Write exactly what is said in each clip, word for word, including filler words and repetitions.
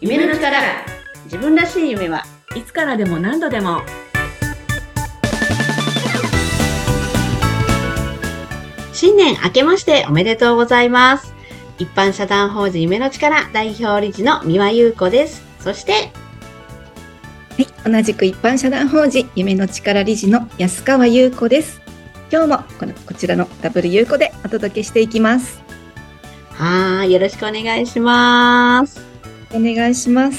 夢の力。自分らしい夢はいつからでも何度でも。新年明けましておめでとうございます。一般社団法人夢の力代表理事の三輪優子です。そして、 はい、同じく一般社団法人夢の力理事の安川優子です。今日もこのこちらのダブル優子でお届けしていきます。 はい、よろしくお願いします。 お願いします。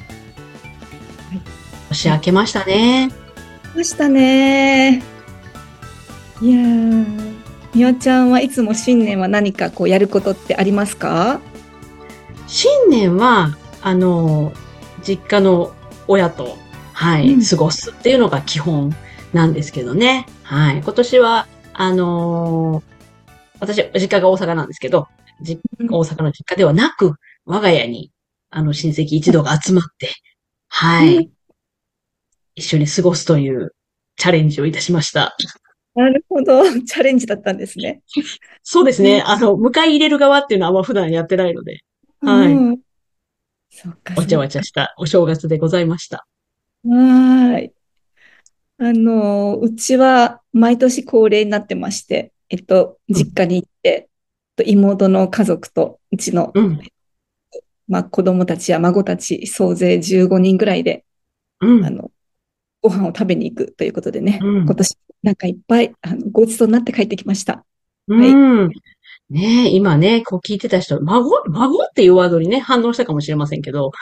年明けましたね。 ましたね。いやー、みおちゃんはいつも新年は何かこうやることってありますか？ 新年はあの実家の親と、はい、うん、過ごすっていうのが基本なんですけどね。はい、今年はあのー、私実家が大阪なんですけど、大阪の実家ではなく我が家にあの親戚一同が集まって、はい、うん、一緒に過ごすというチャレンジをいたしました。 なるほど、チャレンジだったんですね。 そうですね。あの、迎え入れる側っていうのはあんま普段やってないので。はい。うん、 そうか、 わちゃわちゃしたお正月でございました。 はい。あの、うちは毎年恒例になってまして、えっと、実家に行って、うん、妹の家族とうちの、うん、まあ、子供たちや孫たち、総勢じゅうごにんぐらいで、うん、あの、ご飯を食べに行くということでね、うん、今年なんかいっぱいあのごちそうになって帰ってきました。 うん、はい。ねえ、今ね、こう聞いてた人、孫、孫っていうワードにね、反応したかもしれませんけど。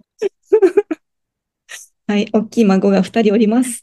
はい、大きい孫がふたりおります。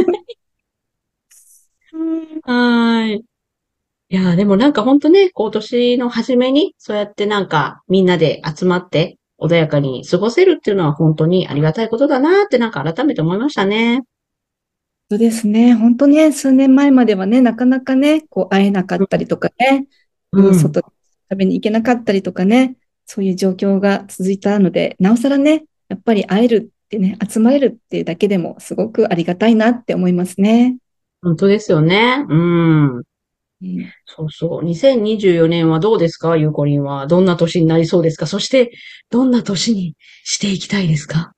はい。いや、でもなんかほんとね、今年の初めに、そうやってなんかみんなで集まって、穏やかに過ごせるっていうのは本当にありがたいことだなってなんか改めて思いましたね。 そうですね。本当ね、数年前まではね、なかなかね、こう会えなかったりとかね、うん、外食べに行けなかったりとかね、そういう状況が続いたので、なおさらね、やっぱり会えるってね、集まれるっていうだけでもすごくありがたいなって思いますね。 本当ですよね。うん。うん、そうそう。にせんにじゅうよねんはどうですか、ゆうこりんは。どんな年になりそうですか？そして、どんな年にしていきたいですか？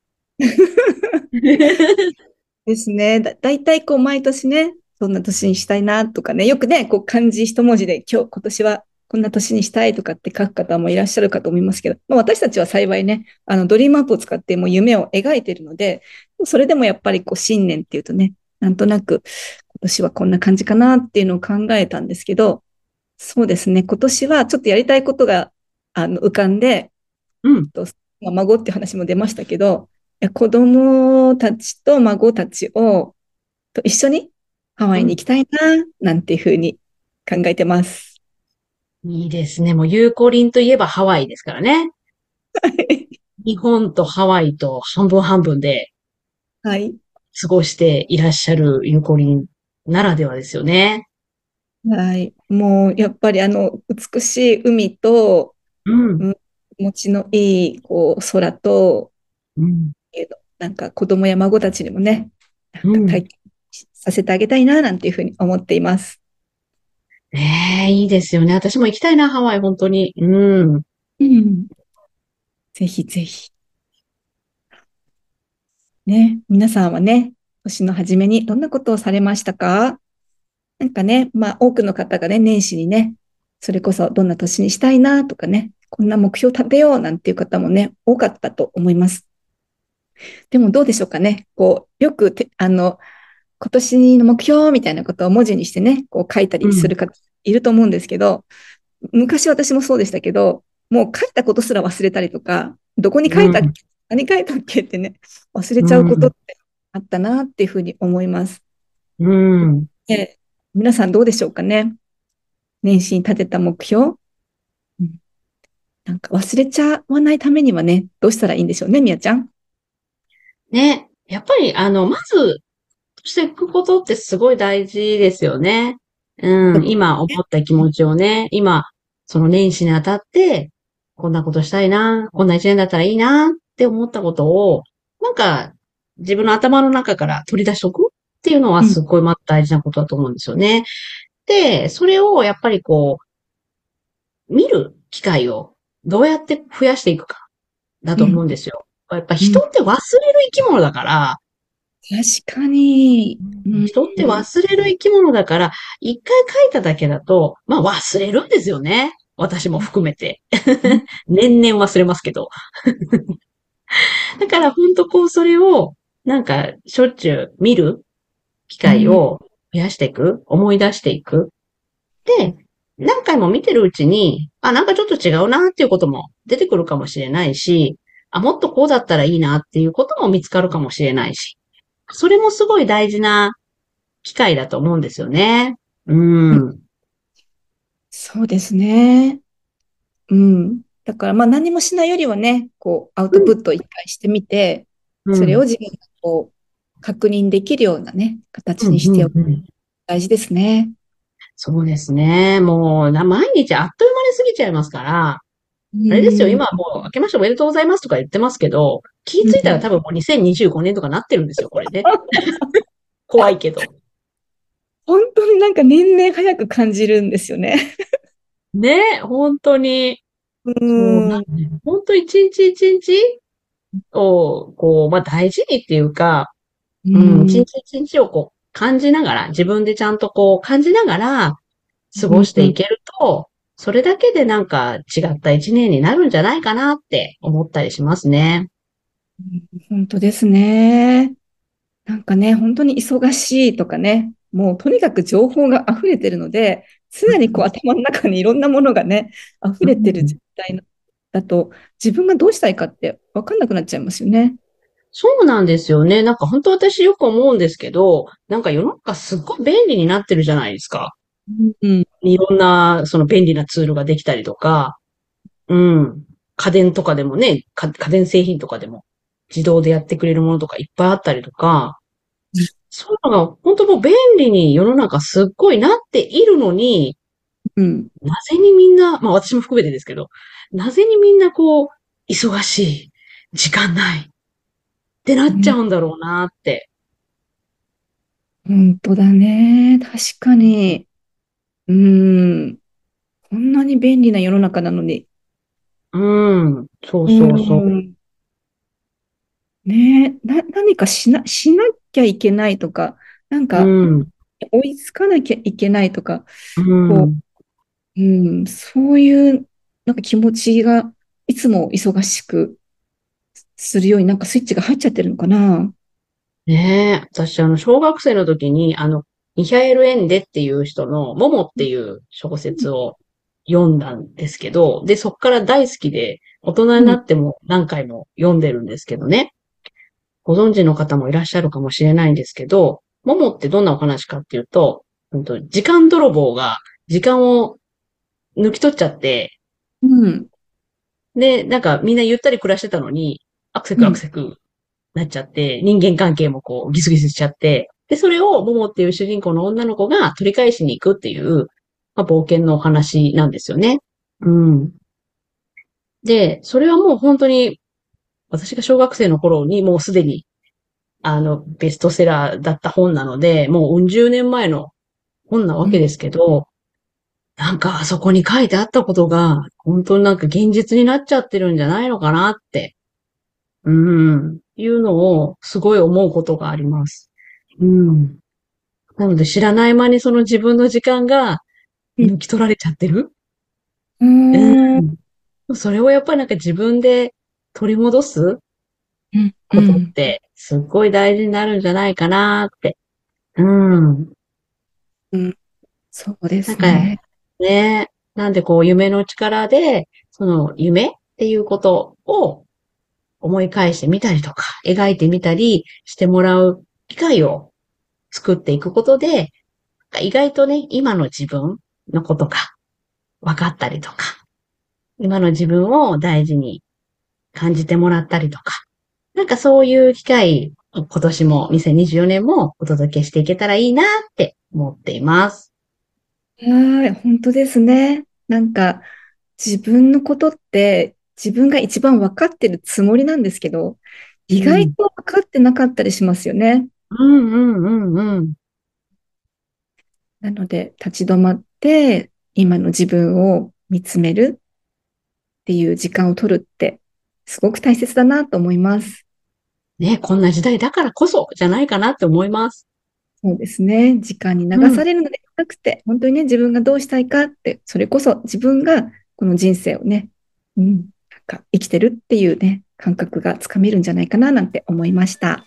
ですね。だ、だいたいこう毎年ね、そんな年にしたいなとかね、よくね、こう漢字一文字で今日、今年はこんな年にしたいとかって書く方もいらっしゃるかと思いますけど、まあ、私たちは幸いね、あのドリームアップを使ってもう夢を描いているので、それでもやっぱりこう新年っていうとね、なんとなく今年はこんな感じかなっていうのを考えたんですけど、そうですね、今年はちょっとやりたいことがあの浮かんで、うん、とまあ、孫っていう話も出ましたけど、いや子供たちと孫たちをと一緒にハワイに行きたいな、なんていうふうに考えてます。 うん、いいですね。もうゆうこりんといえばハワイですからね。日本とハワイと半分半分で過ごしていらっしゃるゆうこりんならではですよね。 はい。もうやっぱりあの美しい海と、うん、気持ちのいいこう空と、うん、なんか子供や孫たちにもね、なんか体験させてあげたいな、なんていうふうに思っています。 ねえ、いいですよね。私も行きたいな、ハワイ、本当に。うん。 うん。ぜひぜひ。ね、皆さんはね、年の初めにどんなことをされましたか？なんかね、まあ多くの方がね、年始にね、それこそどんな年にしたいなとかね、こんな目標立てようなんていう方もね、多かったと思います。でもどうでしょうかね。こう、よくて、あの、今年の目標みたいなことを文字にしてね、こう書いたりする方いると思うんですけど、うん、昔私もそうでしたけど、もう書いたことすら忘れたりとか、どこに書いたっけ、うん、何書いたっけってね、忘れちゃうことってあったなっていうふうに思います。 うん。 で、皆さんどうでしょうかね。年始に立てた目標、うん、なんか忘れちゃわないためにはね、どうしたらいいんでしょうね、みやちゃん。 ね。やっぱり、あの、まず、していくことってすごい大事ですよね。うん。今思った気持ちをね、今、その年始にあたって、こんなことしたいな、こんな一年だったらいいなって思ったことを、なんか、自分の頭の中から取り出しておくっていうのはすごいまた大事なことだと思うんですよね。で、それをやっぱりこう、見る機会をどうやって増やしていくか。 だと思うん。 うんですよ。やっぱうん。 人って忘れる生き物だから、 確かに。うん。 人って忘れる生き物だから、一回書いただけだと、まあ忘れるんですよね。私も含めて。 うん。 年々忘れますけど。だから本当こうそれを、なんかしょっちゅう見る機うん。 会を増やしていく、思い出していく。で、何回も見てるうちに、あ、なんかちょっと違うなっていうことも出てくるかもしれないし、あ、もっとこうだったらいいなっていうことも見つかるかもしれないし、それもすごい大事な機会だと思うんですよね。うん。 そうですね。うん。だから、まあ何もしないよりはね、こう、アウトプットを一回してみて、 うん。 それを自分がこう、確認できるようなね、形うん、うん、 にしておく。 うん。 大事ですね。 そうですね。もう、な、毎日あっという間に過ぎちゃいますから、 うあれですよ、 ん。 今もう、明けましておめでとうございますとか言ってますけど、気づいたらうん。 多分もうにせんにじゅうごねんとかなってるんですよ、これね。怖いけど。 本当になんか年々早く感じるんですよね。 ね、本当に。 うそう、なん。 んで、本当一日一日を、こう、まあ大事にっていうか、 ううん、一ん。 日一日をこう、感じながら、自分でちゃんとこう、感じながら、過ごしてうん。 いけると、それだけでなんか違った一年になるんじゃないかなって思ったりしますね。 本当ですね。なんかね、本当に忙しいとかね、もうとにかく情報が溢れてるので、常にこう頭の中にいろんなものがね、溢うれてるん、 状態のだと、自分がどうしたいかって分かんなくなっちゃいますよね。 そうなんですよね。なんか本当私よく思うんですけど、なんか世の中すっごい便利になってるじゃないですか。 うん。 いろんな、その便利なツールができたりとか、うん。家電とかでもね、か家電製品とかでも自動でやってくれるものとかいっぱいあったりとか、そういうのが本当もう便利に世の中すっごいなっているのに、 うん。 なぜにみんな、まあ私も含めてですけど、なぜにみんなこう、忙しい、時間ないってなっちゃうん。 うんだろうなって。 本当だね。確かに。うん。こんなに便利な世の中なのに。 うん。そううそうそう。 ん。ねえ、な、何かしな、しなきゃいけないとか、なんうかん。 追いつかなきゃいけないとか、 うこん。 う、うん、そういうなんか気持ちがいつも忙しくするようになんかスイッチが入っちゃってるのかな。 ねえ。私、あの、小学生の時に、あの、ミヒャエル・エンデっていう人の、モモっていう小説を読んだんですけど、で、そっから大好きで、大人になうん、 っても何回も読んでるんですけどね。ご存知の方もいらっしゃるかもしれないんですけど、モモってどんなお話かっていうと、うんと時間泥棒が時間を抜き取っちゃって、 うん、 で、なんかみんなゆったり暮らしてたのに、アクセクアクうん、 セクなっちゃって、人間関係もこうギスギスしちゃって、で、それをモモっていう主人公の女の子が取り返しに行くっていう、まあ、冒険のお話なんですよね。うん。で、それはもう本当に、私が小学生の頃にもうすでに、あの、ベストセラーだった本なので、もううん十年前の本なわうん。 けですけど、なんかあそこに書いてあったことが、本当になんか現実になっちゃってるんじゃないのかなって、うん、いうのをすごい思うことがあります。うん。なので知らない間にその自分の時間がうん。 抜き取られちゃってる。 ううん。うん。 ん。それをやっぱりなんか自分で取り戻すことっうん。 てすっごい大事になるんじゃないかなって。うん。 うん。そうでなんかすね。 ね、なんでこう夢の力で、その夢っていうことを思い返してみたりとか、描いてみたりしてもらう機会を作っていくことで、意外とね、今の自分のことが分かったりとか、今の自分を大事に感じてもらったりとか、なんかそういう機会、今年もにせんにじゅうよねんもお届けしていけたらいいなって思っています。 はい、本当ですね。なんか、自分のことって自分が一番分かってるつもりなんですけど、意外うん。 と分かってなかったりしますよね。 うんうんうんうん。 なので、立ち止まって、今の自分を見つめるっていう時間を取るって、 すごく大切だなと思います。 ね、こんな時代だからこそじゃないかなって思います。 そうですね。時間に流されるのではなくて、うん、本当にね、自分がどうしたいかって、それこそ自分がこの人生をね、うん、なんか生きてるっていうね、感覚がつかめるんじゃないかななんて思いました。はい。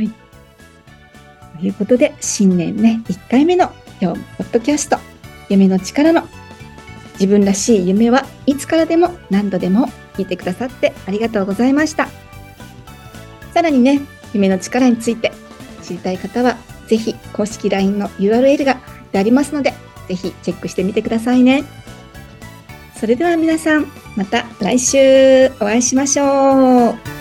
ということで、新年ね、いっかいめの今日もポッドキャスト、夢の力の自分らしい夢はいつからでも何度でも聞いてくださってありがとうございました。さらにね、夢の力について知りたい方は、ぜひ公式 ライン の ユーアールエル が貼ってありますので、ぜひチェックしてみてくださいね。それでは皆さん、また来週お会いしましょう。